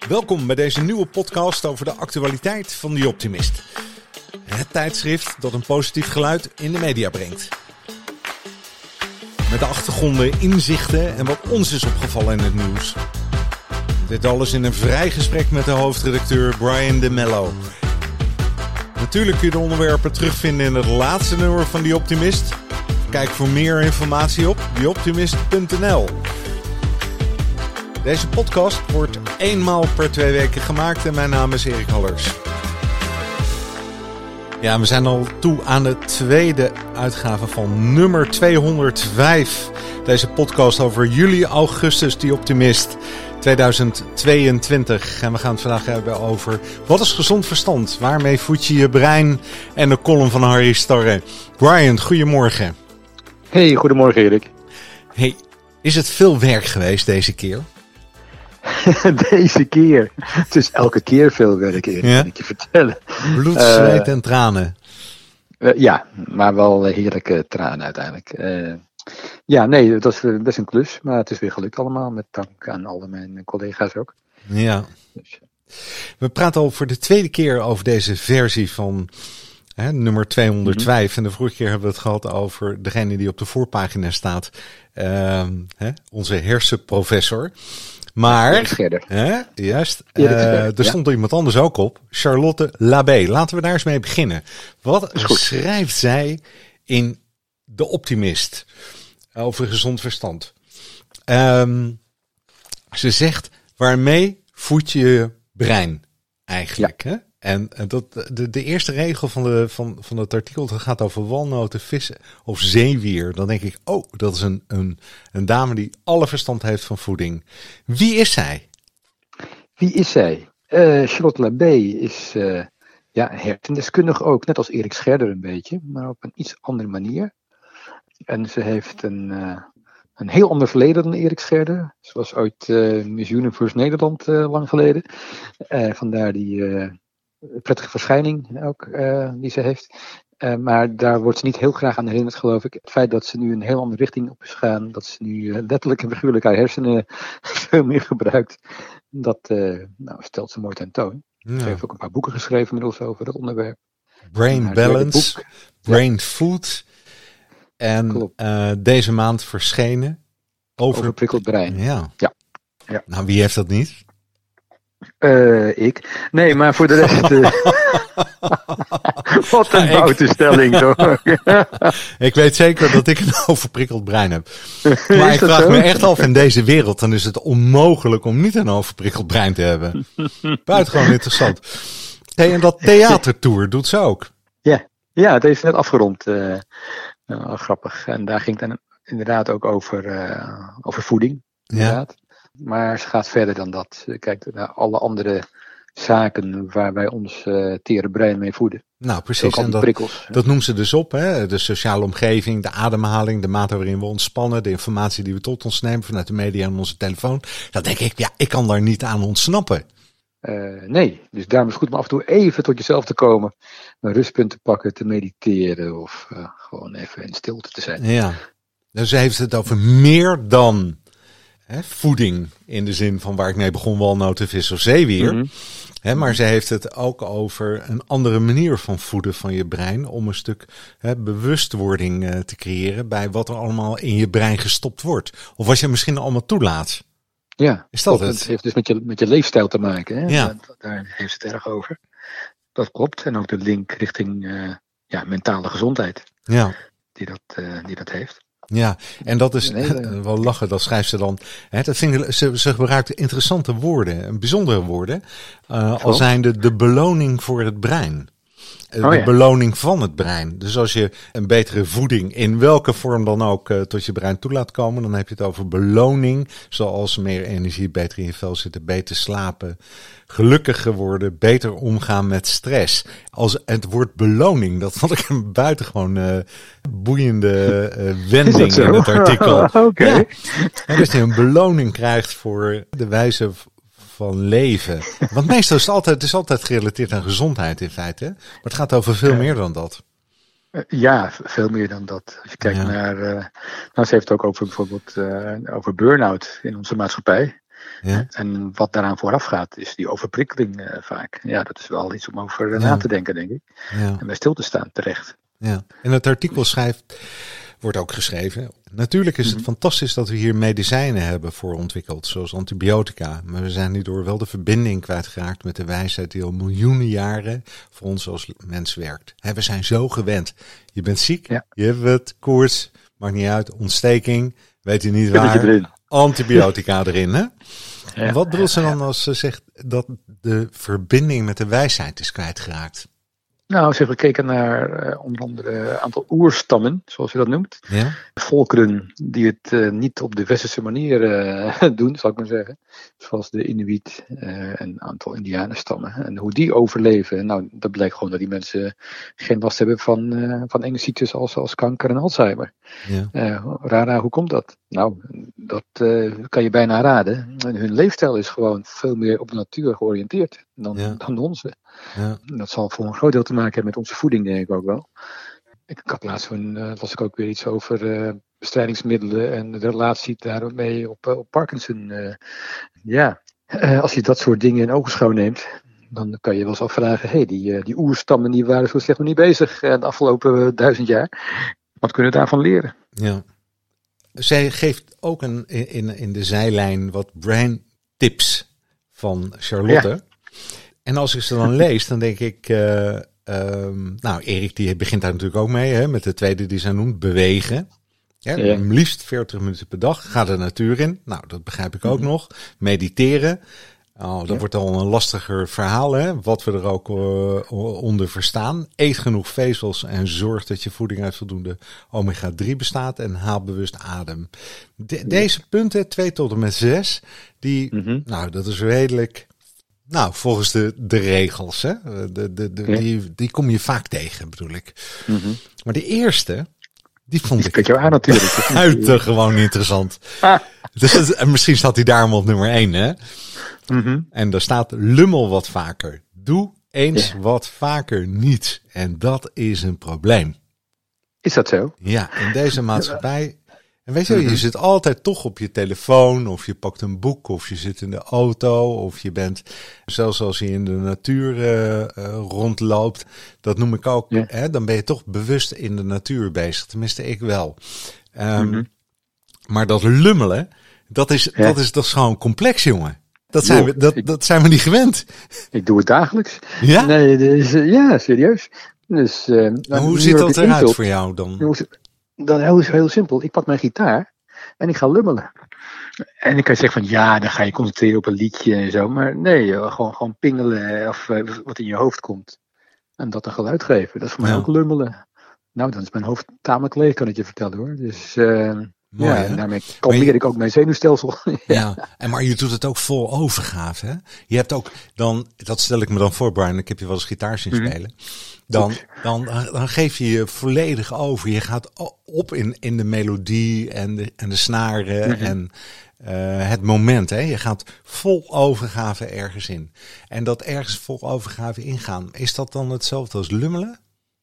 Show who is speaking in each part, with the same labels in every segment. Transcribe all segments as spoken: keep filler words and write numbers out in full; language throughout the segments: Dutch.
Speaker 1: Welkom bij deze nieuwe podcast over de actualiteit van The Optimist. Het tijdschrift dat een positief geluid in de media brengt. Met de achtergronden, inzichten en wat ons is opgevallen in het nieuws. Dit alles in een vrij gesprek met de hoofdredacteur Brian de Mello. Natuurlijk kun je de onderwerpen terugvinden in het laatste nummer van The Optimist. Kijk voor meer informatie op the optimist punt n l. Deze podcast wordt eenmaal per twee weken gemaakt en mijn naam is Erik Hallers. Ja, we zijn al toe aan de tweede uitgave van nummer tweehonderdvijf. Deze podcast over juli, augustus, The Optimist tweeduizend tweeëntwintig. En we gaan het vandaag hebben over wat is gezond verstand? Waarmee voed je je brein? En de column van Harry Starre. Brian, goedemorgen.
Speaker 2: Hey, goedemorgen Erik.
Speaker 1: Hey, is het veel werk geweest deze keer?
Speaker 2: Deze keer. Het is elke keer veel werk, Erik, ja? Kan ik je vertellen.
Speaker 1: Bloed, zweet uh, en tranen.
Speaker 2: Uh, ja, maar wel heerlijke tranen uiteindelijk. Uh, ja, nee, het was best een klus, maar het is weer gelukt allemaal. Met dank aan alle mijn collega's ook.
Speaker 1: Ja. Dus. We praten al voor de tweede keer over deze versie van hè, nummer tweehonderdvijf. Mm-hmm. En de vorige keer hebben we het gehad over degene die op de voorpagina staat. Uh, hè, onze hersenprofessor. Maar, hè, juist, uh, er stond ja. er iemand anders ook op. Charlotte Labé. Laten we daar eens mee beginnen. Wat schrijft zij in De Optimist over gezond verstand? Um, ze zegt, waarmee voed je je brein eigenlijk? Ja. Hè? En dat, de, de eerste regel van, de, van, van het artikel, dat gaat over walnoten, vissen of zeewier. Dan denk ik, oh, dat is een, een, een dame die alle verstand heeft van voeding. Wie is zij?
Speaker 2: Wie is zij? Uh, Charlotte Labé is uh, ja, hersendeskundige ook, net als Erik Scherder een beetje, maar op een iets andere manier. En ze heeft een, uh, een heel ander verleden dan Erik Scherder. Ze was ooit uh, Miss Universe Nederland uh, lang geleden. Uh, vandaar die... Uh, prettige verschijning ook uh, die ze heeft. Uh, maar daar wordt ze niet heel graag aan herinnerd, geloof ik. Het feit dat ze nu een heel andere richting op is gegaan. Dat ze nu uh, letterlijk en figuurlijk haar hersenen veel meer gebruikt. Dat uh, nou, stelt ze mooi ten toon. Ja. Ze heeft ook een paar boeken geschreven inmiddels over dat onderwerp.
Speaker 1: Brain Balance, Brain ja. Food. En uh, deze maand verschenen. Over...
Speaker 2: Overprikkeld brein.
Speaker 1: Ja.
Speaker 2: Ja. Ja.
Speaker 1: Nou, wie heeft dat niet?
Speaker 2: Uh, ik. Nee, maar voor de rest... Uh... Wat een foute stelling, toch?
Speaker 1: Ik weet zeker dat ik een overprikkeld brein heb. Maar ik vraag zo? me echt af, in deze wereld, dan is het onmogelijk om niet een overprikkeld brein te hebben. Buitengewoon interessant. Hey, en dat theatertour doet ze ook.
Speaker 2: Ja, ja, het heeft net afgerond. Uh, uh, grappig. En daar ging het dan inderdaad ook over, uh, over voeding. Inderdaad. Ja. Maar ze gaat verder dan dat. Ze kijkt naar alle andere zaken waar wij ons uh, tere brein mee voeden.
Speaker 1: Nou, precies. En dat, dat noemt ze dus op. Hè? De sociale omgeving, de ademhaling, de mate waarin we ontspannen, de informatie die we tot ons nemen vanuit de media en onze telefoon. Dan denk ik, ja, ik kan daar niet aan ontsnappen.
Speaker 2: Uh, nee, dus daarom is het goed om af en toe even tot jezelf te komen. Een rustpunt te pakken, te mediteren of uh, gewoon even in stilte te zijn.
Speaker 1: Ja, dus ze heeft het over meer dan... He, voeding in de zin van waar ik mee begon, walnoten, vis of zeewier. Mm-hmm. He, maar ze heeft het ook over een andere manier van voeden van je brein. Om een stuk he, bewustwording uh, te creëren bij wat er allemaal in je brein gestopt wordt. Of wat je misschien allemaal toelaat.
Speaker 2: Ja,
Speaker 1: is dat
Speaker 2: het?
Speaker 1: Het
Speaker 2: heeft dus met je, met je leefstijl te maken. Hè?
Speaker 1: Ja.
Speaker 2: Daar, daar heeft het erg over. Dat klopt. En ook de link richting uh, ja, mentale gezondheid.
Speaker 1: Ja.
Speaker 2: Die dat, uh, die dat heeft.
Speaker 1: Ja, en dat is nee, nee. wel lachen, dat schrijft ze dan. Hè, dat vind ik, ze, ze gebruikt interessante woorden, bijzondere woorden. Uh, al zijnde de beloning voor het brein. Uh, oh, de ja. beloning van het brein. Dus als je een betere voeding, in welke vorm dan ook, uh, tot je brein toe laat komen, dan heb je het over beloning. Zoals meer energie, beter in je vel zitten, beter slapen, gelukkiger worden, beter omgaan met stress. Als het woord beloning, dat vond ik een buitengewoon uh, boeiende uh, wending in het artikel.
Speaker 2: Oké. Okay.
Speaker 1: Ja. En dus je een beloning krijgt voor de wijze van leven. Want meestal is het altijd, het is altijd gerelateerd aan gezondheid in feite. Hè? Maar het gaat over veel meer dan dat.
Speaker 2: Ja, veel meer dan dat. Als je kijkt ja. naar... Uh, nou, ze heeft het ook over bijvoorbeeld uh, over burn-out in onze maatschappij.
Speaker 1: Ja.
Speaker 2: En wat daaraan vooraf gaat, is die overprikkeling uh, vaak. Ja, dat is wel iets om over uh,
Speaker 1: ja.
Speaker 2: na te denken, denk ik.
Speaker 1: Ja.
Speaker 2: En bij stil te staan, terecht.
Speaker 1: Ja. In het artikel schrijft, wordt ook geschreven, natuurlijk is het mm-hmm. fantastisch dat we hier medicijnen hebben voor ontwikkeld, zoals antibiotica. Maar we zijn hierdoor wel de verbinding kwijtgeraakt met de wijsheid die al miljoenen jaren voor ons als mens werkt. He, we zijn zo gewend. Je bent ziek, ja. je hebt het, koorts, maakt niet uit, ontsteking, weet je niet waar.
Speaker 2: Erin.
Speaker 1: Antibiotica erin, hè?
Speaker 2: Ja.
Speaker 1: Wat bedoelt ze dan als ze zegt dat de verbinding met de wijsheid is kwijtgeraakt?
Speaker 2: Nou, ze hebben gekeken naar uh, onder andere een aantal oerstammen, zoals je dat noemt.
Speaker 1: Ja?
Speaker 2: Volkeren die het uh, niet op de westerse manier uh, doen, zal ik maar zeggen. Zoals de Inuit uh, en een aantal Indianenstammen. En hoe die overleven. Nou, dat blijkt gewoon dat die mensen geen last hebben van, uh, van enge ziektes als, als kanker en Alzheimer.
Speaker 1: Ja.
Speaker 2: Uh, rara, hoe komt dat? Nou, dat uh, kan je bijna raden. Hun leefstijl is gewoon veel meer op de natuur georiënteerd dan,
Speaker 1: ja.
Speaker 2: dan de onze.
Speaker 1: Ja.
Speaker 2: Dat zal voor een groot deel te maken hebben met onze voeding, denk ik ook wel. Ik had laatst een, uh, las ik ook weer iets over uh, bestrijdingsmiddelen en de relatie daarmee op, uh, op Parkinson. Uh, ja, uh, als je dat soort dingen in ogenschouw neemt, dan kan je wel eens afvragen, hé, hey, die, uh, die oerstammen die waren zo slecht nog niet bezig uh, de afgelopen uh, duizend jaar. Wat kunnen we daarvan leren?
Speaker 1: Ja. Zij geeft ook een, in, in de zijlijn wat brain tips van Charlotte. Ja. En als ik ze dan lees, dan denk ik, uh, um, nou, Erik die begint daar natuurlijk ook mee, hè, met de tweede die zij noemt, bewegen. Ja, ja. Liefst veertig minuten per dag. Ga de natuur in. Nou, dat begrijp ik ook mm-hmm. nog. Mediteren. Oh, dat ja. wordt al een lastiger verhaal, hè? Wat we er ook uh, onder verstaan. Eet genoeg vezels en zorg dat je voeding uit voldoende omega drie bestaat en haal bewust adem. De, ja. Deze punten, twee tot en met zes, die, mm-hmm. nou, dat is redelijk, nou, volgens de, de regels, hè? De, de, de, ja. die, die kom je vaak tegen, bedoel ik. Mm-hmm. Maar de eerste, die vond
Speaker 2: die
Speaker 1: ik
Speaker 2: jou aan, natuurlijk.
Speaker 1: buitengewoon interessant. Ah. Dus, en misschien staat hij daarom op nummer één, hè? Mm-hmm. En daar staat lummel wat vaker. Doe eens ja. wat vaker niets. En dat is een probleem.
Speaker 2: Is dat zo?
Speaker 1: Ja, in deze maatschappij. En weet je, mm-hmm. je zit altijd toch op je telefoon. Of je pakt een boek. Of je zit in de auto. Of je bent, zelfs als je in de natuur uh, uh, rondloopt. Dat noem ik ook. Ja. Hè, dan ben je toch bewust in de natuur bezig. Tenminste, ik wel. Um, mm-hmm. Maar dat lummelen. Dat is, ja. dat is, dat is gewoon complex, jongen. Dat zijn, we, dat, dat zijn we niet gewend.
Speaker 2: Ik doe het dagelijks.
Speaker 1: Ja?
Speaker 2: Nee, dus, ja, serieus. Dus, uh,
Speaker 1: nou, hoe ziet dat eruit invult, voor jou dan?
Speaker 2: Dan heel, heel simpel. Ik pak mijn gitaar en ik ga lummelen. En ik kan zeggen van ja, dan ga je concentreren op een liedje en zo. Maar nee, gewoon, gewoon pingelen of uh, wat in je hoofd komt. En dat een geluid geven. Dat is voor mij ja. ook lummelen. Nou, dan is mijn hoofd tamelijk leeg, kan ik je vertellen hoor. Dus... Uh, Mooi, ja, en daarmee kalmeer je, ik ook mijn zenuwstelsel. ja.
Speaker 1: ja, en maar je doet het ook vol overgave, hè? Je hebt ook dan, dat stel ik me dan voor, Brian, ik heb je wel eens gitaar zien mm-hmm. spelen. Dan, dan, dan geef je je volledig over. Je gaat op in, in de melodie en de, en de snaren mm-hmm. en uh, het moment, hè? Je gaat vol overgave ergens in. En dat ergens vol overgave ingaan, is dat dan hetzelfde als lummelen?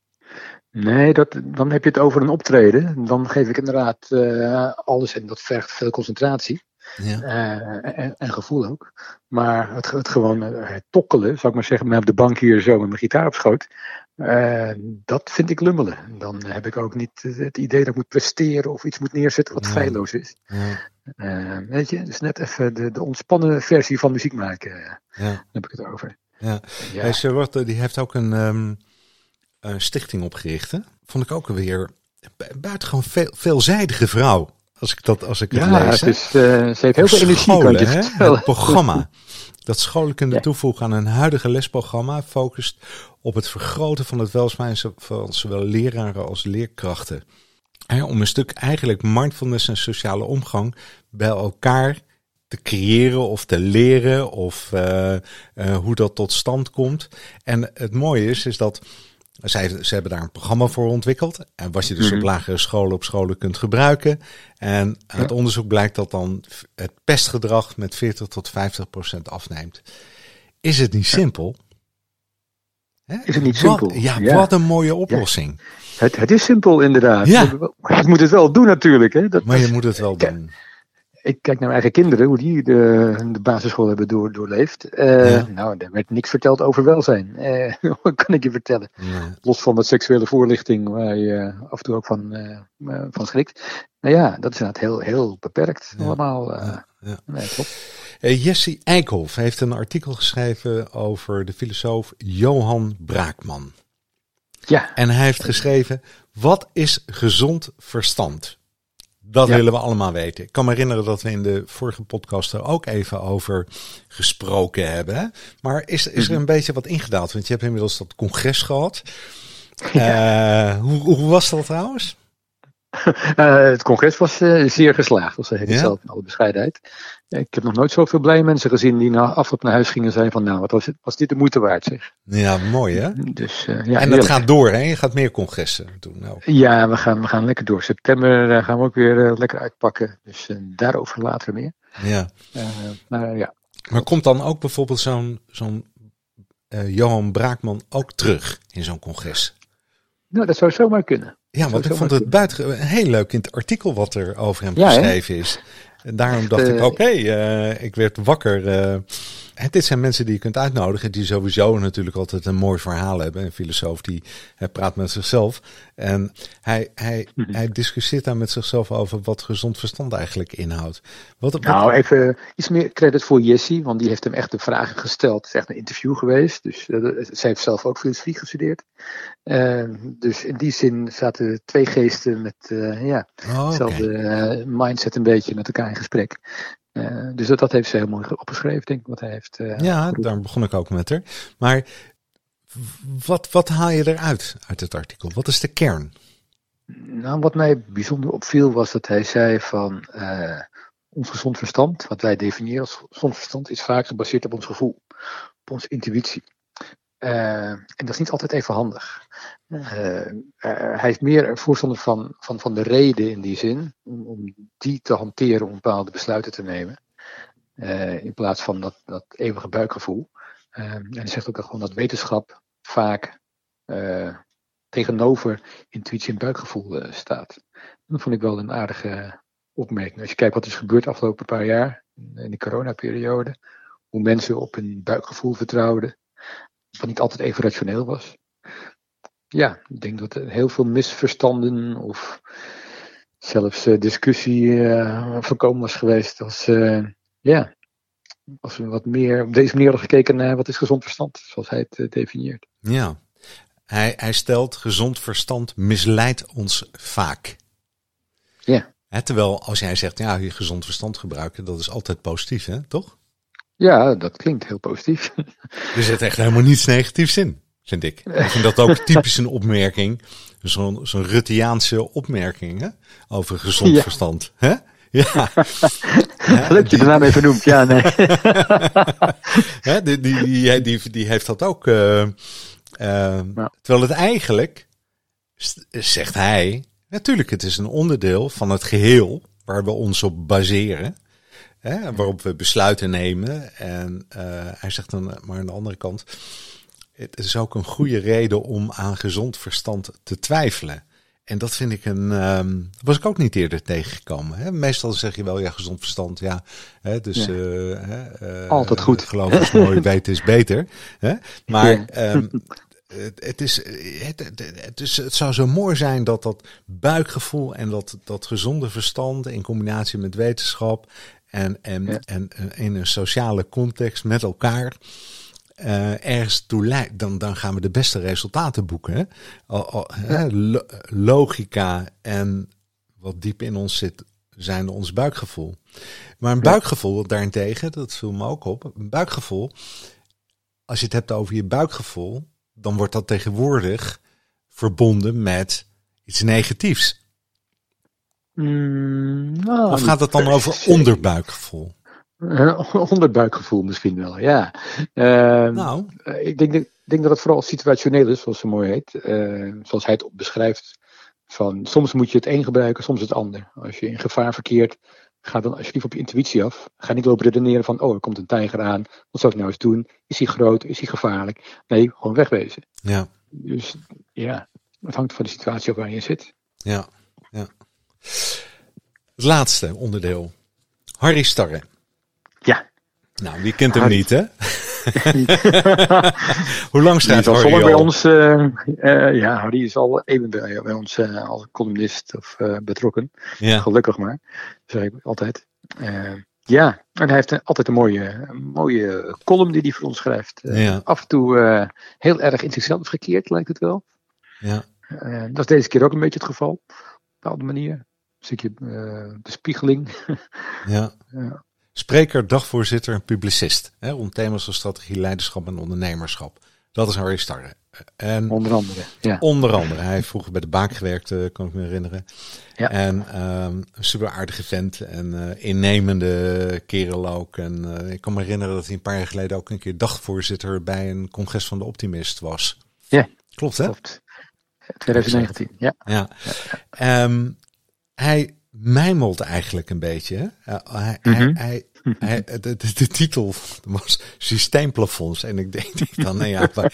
Speaker 2: Nee, dat, dan heb je het over een optreden. Dan geef ik inderdaad uh, alles en dat vergt veel concentratie. Ja. Uh, en, en gevoel ook. Maar het, het gewoon uh, het tokkelen, zou ik maar zeggen, maar op de bank hier zo met mijn gitaar op schoot. Uh, dat vind ik lummelen. Dan heb ik ook niet het idee dat ik moet presteren of iets moet neerzetten wat ja. feilloos is. Ja. Uh, weet je, dus net even de, de ontspannen versie van muziek maken. Uh, ja. Daar heb ik het over.
Speaker 1: Ja. Ja. Hey, Charlotte, die heeft ook een... Um... Uh, stichting opgericht, hè? Vond ik ook alweer buitengewoon veel, veelzijdige vrouw. Als ik dat, als ik het
Speaker 2: ja,
Speaker 1: lees.
Speaker 2: Het is, uh, ze heeft heel veel energie, kan je vertellen.
Speaker 1: Het programma. Dat scholen kunnen ja. toevoegen aan een huidige lesprogramma focust op het vergroten van het welzijn van zowel leraren als leerkrachten. Hè, om een stuk eigenlijk mindfulness en sociale omgang bij elkaar te creëren of te leren of uh, uh, hoe dat tot stand komt. En het mooie is, is dat Zij, ze hebben daar een programma voor ontwikkeld. En wat je dus mm-hmm. op lagere scholen op scholen kunt gebruiken. En uit ja. onderzoek blijkt dat dan het pestgedrag met veertig tot vijftig procent afneemt. Is het niet simpel?
Speaker 2: Hè? Is het niet
Speaker 1: wat,
Speaker 2: simpel?
Speaker 1: Ja, ja, wat een mooie oplossing.
Speaker 2: Ja. Het, het is simpel inderdaad.
Speaker 1: Ja.
Speaker 2: Je moet het wel doen natuurlijk. Hè? Dat,
Speaker 1: maar je moet het wel doen.
Speaker 2: ik kijk naar mijn eigen kinderen, hoe die de, de basisschool hebben door, doorleefd. Uh, ja. Nou, er werd niks verteld over welzijn. Uh, wat kan ik je vertellen? Ja. Los van wat seksuele voorlichting, waar je uh, af en toe ook van, uh, uh, van schrikt. Nou ja, dat is inderdaad heel, heel beperkt ja. allemaal. Uh, ja. Ja. Nee, klopt.
Speaker 1: Uh, Jesse Eikhoff heeft een artikel geschreven over de filosoof Johan Braakman.
Speaker 2: Ja.
Speaker 1: En hij heeft geschreven, wat is gezond verstand? Dat ja. willen we allemaal weten. Ik kan me herinneren dat we in de vorige podcast er ook even over gesproken hebben. Hè? Maar is, is er een beetje wat ingedaald? Want je hebt inmiddels dat congres gehad. Ja. Uh, hoe, hoe was dat trouwens?
Speaker 2: Uh, het congres was uh, zeer geslaagd, dat zeg ik ja? zelf in alle bescheidenheid. Ik heb nog nooit zoveel blije mensen gezien die na afloop naar huis gingen en zeiden van nou, wat was, het, was dit de moeite waard zeg.
Speaker 1: Ja, mooi hè?
Speaker 2: Dus, uh, ja,
Speaker 1: en dat
Speaker 2: heerlijk.
Speaker 1: gaat door hè? Je gaat meer congressen doen. Nou.
Speaker 2: Ja, we gaan, we gaan lekker door. September uh, gaan we ook weer uh, lekker uitpakken. Dus uh, daarover later meer.
Speaker 1: Ja.
Speaker 2: Uh, maar, ja.
Speaker 1: maar komt dan ook bijvoorbeeld zo'n, zo'n uh, Johan Braakman ook terug in zo'n congres?
Speaker 2: Nou, dat zou zomaar kunnen.
Speaker 1: Ja, want ik vond het buiten heel leuk in het artikel wat er over hem ja, geschreven hè? is. En daarom dacht uh, ik, oké, okay, uh, ik werd wakker. Uh, dit zijn mensen die je kunt uitnodigen, die sowieso natuurlijk altijd een mooi verhaal hebben. Een filosoof die hij praat met zichzelf. En hij, hij, mm-hmm. hij discussieert daar met zichzelf over wat gezond verstand eigenlijk inhoudt. Wat, wat...
Speaker 2: Nou, even iets meer credit voor Jesse, want die heeft hem echt de vragen gesteld. Het is echt een interview geweest. Dus uh, zij heeft zelf ook filosofie gestudeerd. Uh, dus in die zin zaten twee geesten met uh, ja, oh, hetzelfde okay. uh, mindset een beetje met elkaar in gesprek. Uh, dus dat, dat heeft ze heel mooi opgeschreven, denk ik, wat hij heeft. Uh,
Speaker 1: ja, geroepen. Daar begon ik ook met haar. Maar wat, wat haal je eruit uit het artikel? Wat is de kern?
Speaker 2: Nou, wat mij bijzonder opviel was dat hij zei van uh, ons gezond verstand, wat wij definiëren als gezond verstand, is vaak gebaseerd op ons gevoel, op onze intuïtie. Uh, en dat is niet altijd even handig. Uh, uh, hij is meer een voorstander van, van, van de reden in die zin, om, om die te hanteren om bepaalde besluiten te nemen. Uh, in plaats van dat, dat eeuwige buikgevoel. Uh, en hij zegt ook gewoon dat wetenschap vaak uh, tegenover intuïtie en buikgevoel uh, staat. En dat vond ik wel een aardige opmerking. Als je kijkt wat er is gebeurd de afgelopen paar jaar, in de coronaperiode, hoe mensen op hun buikgevoel vertrouwden. Wat niet altijd even rationeel was. Ja, ik denk dat er heel veel misverstanden of zelfs uh, discussie uh, voorkomen was geweest als, uh, ja, als we wat meer op deze manier hadden gekeken naar wat is gezond verstand, zoals hij het uh, definieert.
Speaker 1: Ja, hij, hij stelt gezond verstand misleidt ons vaak.
Speaker 2: Ja.
Speaker 1: Hè, terwijl als jij zegt, ja, je gezond verstand gebruiken, dat is altijd positief, hè, toch?
Speaker 2: Ja, dat klinkt heel positief.
Speaker 1: Er zit echt helemaal niets negatiefs in, vind ik. Ik vind dat ook typisch een opmerking. Zo'n, zo'n Ruttiaanse opmerking, hè? Over gezond ja. verstand. Hè? Ja.
Speaker 2: Ja, leuk dat je de naam even noemt. Ja, nee.
Speaker 1: Ja, die, die, die, die, die heeft dat ook. Uh, uh, ja. Terwijl het eigenlijk, zegt hij, natuurlijk, het is een onderdeel van het geheel waar we ons op baseren. Hè, waarop we besluiten nemen. En uh, hij zegt dan, maar aan de andere kant, het is ook een goede reden om aan gezond verstand te twijfelen. En dat vind ik een, um, was ik ook niet eerder tegengekomen. Hè? Meestal zeg je wel, ja, gezond verstand, ja. Hè, dus, ja. Uh, uh,
Speaker 2: altijd goed.
Speaker 1: Geloof is mooi, weten is beter. Hè? Maar ja. um, het, het, is, het, het, is, het zou zo mooi zijn dat dat buikgevoel en dat, dat gezonde verstand in combinatie met wetenschap en, en, ja. en, en in een sociale context met elkaar uh, ergens toe leidt, dan, dan gaan we de beste resultaten boeken. Hè? Al, al, ja. hè, lo, logica en wat diep in ons zit, zijn ons buikgevoel. Maar een buikgevoel daarentegen, dat viel me ook op, een buikgevoel, als je het hebt over je buikgevoel, dan wordt dat tegenwoordig verbonden met iets negatiefs.
Speaker 2: Mm, nou,
Speaker 1: of gaat het dan over onderbuikgevoel?
Speaker 2: Uh, onderbuikgevoel misschien wel, ja. Uh, nou. Ik denk, ik denk dat het vooral situationeel is, zoals het mooi heet. Uh, zoals hij het beschrijft. Van, soms moet je het een gebruiken, soms het ander. Als je in gevaar verkeert, ga dan alsjeblieft op je intuïtie af. Ga niet lopen redeneren van, oh, er komt een tijger aan. Wat zou ik nou eens doen? Is hij groot? Is hij gevaarlijk? Nee, gewoon wegwezen.
Speaker 1: Ja.
Speaker 2: Dus ja, het hangt van de situatie op waar je zit.
Speaker 1: Ja, ja. Het laatste onderdeel. Harry Starre.
Speaker 2: Ja.
Speaker 1: Nou, wie kent hem
Speaker 2: Harry.
Speaker 1: niet, hè? Hoe lang schrijft
Speaker 2: Die is al
Speaker 1: Harry
Speaker 2: bij
Speaker 1: al?
Speaker 2: ons, uh, uh, ja, Harry is al even bij, bij ons uh, als columnist of uh, betrokken.
Speaker 1: Ja.
Speaker 2: Gelukkig maar, zeg ik altijd. Uh, ja, en hij heeft een, altijd een mooie, een mooie column die hij voor ons schrijft. Uh,
Speaker 1: Ja.
Speaker 2: Af en toe uh, heel erg in zichzelf gekeerd, lijkt het wel.
Speaker 1: Ja.
Speaker 2: Uh, dat is deze keer ook een beetje het geval. Op een bepaalde manier. Een stukje uh, bespiegeling.
Speaker 1: Ja.
Speaker 2: Ja.
Speaker 1: Spreker, dagvoorzitter en publicist. Hè, rond thema's als strategie, leiderschap en ondernemerschap. Dat is Harry Starre. En
Speaker 2: onder andere. Ja.
Speaker 1: Onder andere. Hij heeft vroeger bij de Baak gewerkt, uh, kan ik me herinneren.
Speaker 2: Ja.
Speaker 1: En um, een super aardige vent en uh, innemende kerel ook. En uh, ik kan me herinneren dat hij een paar jaar geleden ook een keer dagvoorzitter bij een congres van de Optimist was.
Speaker 2: Ja.
Speaker 1: Klopt, hè?
Speaker 2: Klopt. twintig negentien, ja.
Speaker 1: Ja. Um, hij mijmelt eigenlijk een beetje. Hè? Uh, hij, mm-hmm. hij, hij, hij, de, de, de titel was Systeemplafonds. En ik denk dan, nou ja, waar,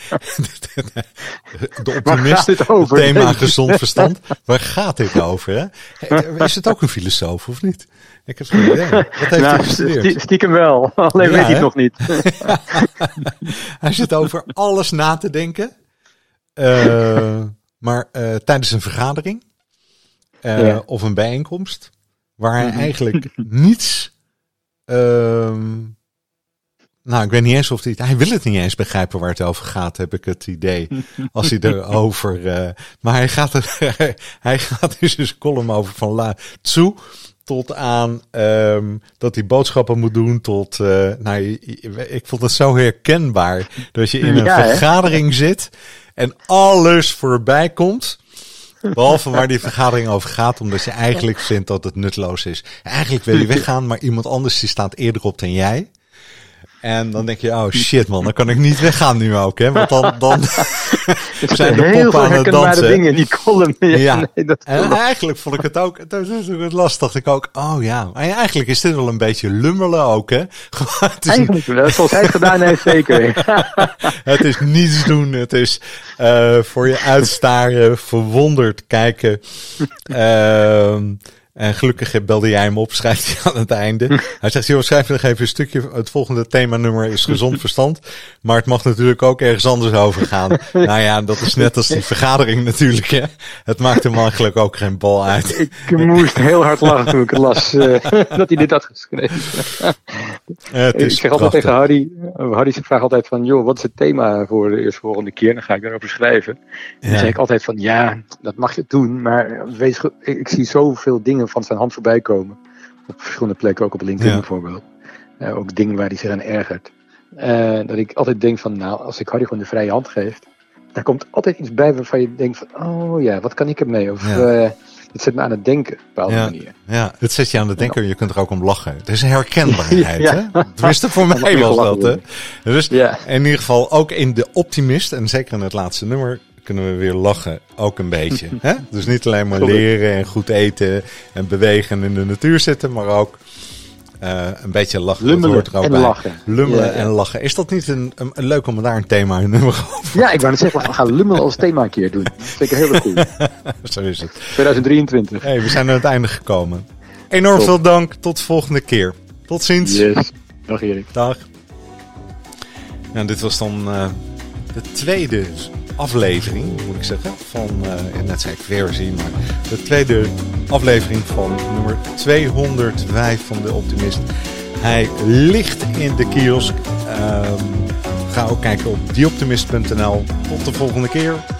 Speaker 1: de optimist, het over, thema denk? Gezond verstand. Waar gaat dit over? Hè? Is het ook een filosoof of niet? Ik heb geen idee. Wat heeft nou, hij gestudeerd?
Speaker 2: Stiekem wel, alleen ja, weet hij het nog niet.
Speaker 1: Hij zit over alles na te denken. Uh, maar uh, tijdens een vergadering. Uh, ja. Of een bijeenkomst. Waar hij mm-hmm. eigenlijk niets... Um, nou, ik weet niet eens of hij... Hij wil het niet eens begrijpen waar het over gaat, heb ik het idee. Als hij erover... Uh, maar hij gaat, er, hij gaat dus een column over van La Tzu tot aan um, dat hij boodschappen moet doen tot... Uh, nou, ik vond het zo herkenbaar dat je in een ja, vergadering hè? zit en alles voorbij komt... Behalve waar die vergadering over gaat, omdat je eigenlijk vindt dat het nutteloos is. Eigenlijk wil je weggaan, maar iemand anders die staat eerder op dan jij. En dan denk je, oh shit man, dan kan ik niet weggaan nu ook, hè? Want dan, dan zijn de poppen aan het dansen.
Speaker 2: Dingen in die column. Ja,
Speaker 1: ja. Nee, dat en eigenlijk vond ik het ook, dat is het last, dacht ik ook, oh ja. En eigenlijk is dit wel een beetje lummelen ook, hè?
Speaker 2: Het is eigenlijk wel, zoals hij het gedaan heeft, zeker.
Speaker 1: Het is niets doen, het is uh, voor je uitstaren, verwonderd kijken. Uh, En gelukkig belde jij hem op, schrijft hij aan het einde. Hij zegt, joh, schrijf nog even een stukje. Het volgende themanummer is gezond verstand. Maar het mag natuurlijk ook ergens anders over gaan. Nou ja, dat is net als die vergadering natuurlijk. Hè. Het maakt hem eigenlijk ook geen bal uit.
Speaker 2: Ik moest heel hard lachen toen ik het las uh, dat hij dit had geschreven. Het is ik zeg altijd tegen Harry, Harry vraagt altijd van, joh, wat is het thema voor de eerste volgende keer? Dan ga ik daarover schrijven. En dan ja. zeg ik altijd van, ja, dat mag je doen. Maar wees, ik, ik zie zoveel dingen van zijn hand voorbij komen. Op verschillende plekken, ook op LinkedIn ja. bijvoorbeeld. Uh, ook dingen waar hij zich aan ergert. Uh, dat ik altijd denk van, nou, als ik Harry gewoon de vrije hand geef, daar komt altijd iets bij waarvan je denkt van, oh ja, wat kan ik ermee? Of ja. uh, het zet me aan het denken op een bepaalde
Speaker 1: ja.
Speaker 2: manier.
Speaker 1: Ja, het zet je aan het denken en je kunt er ook om lachen. Het is een herkenbaarheid, ja. hè? Tenminste, voor mij was dat, hè? Dus ja. in ieder geval ook in de Optimist, en zeker in het laatste nummer, kunnen we weer lachen, ook een beetje. Hè? Dus niet alleen maar leren en goed eten en bewegen en in de natuur zitten, maar ook uh, een beetje lachen.
Speaker 2: Lummelen
Speaker 1: dat hoort er ook
Speaker 2: en
Speaker 1: bij.
Speaker 2: lachen.
Speaker 1: Lummelen
Speaker 2: ja, ja.
Speaker 1: en lachen. Is dat niet een, een, een leuk om daar een thema een nummer over?
Speaker 2: Ja, ik wou net zeggen, we gaan lummelen als thema een keer doen. Dat is zeker heel goed.
Speaker 1: Zo is het.
Speaker 2: twintig drieëntwintig.
Speaker 1: Hey, we zijn aan het einde gekomen. Enorm Top. veel dank. Tot de volgende keer. Tot ziens.
Speaker 2: Yes. Dag Erik.
Speaker 1: Dag. Nou, dit was dan uh, de tweede aflevering, moet ik zeggen, van, uh, net zei ik versie, maar de tweede aflevering van nummer tweehonderdvijf van de Optimist. Hij ligt in de kiosk. Um, ga ook kijken op dieoptimist punt n l. Tot de volgende keer.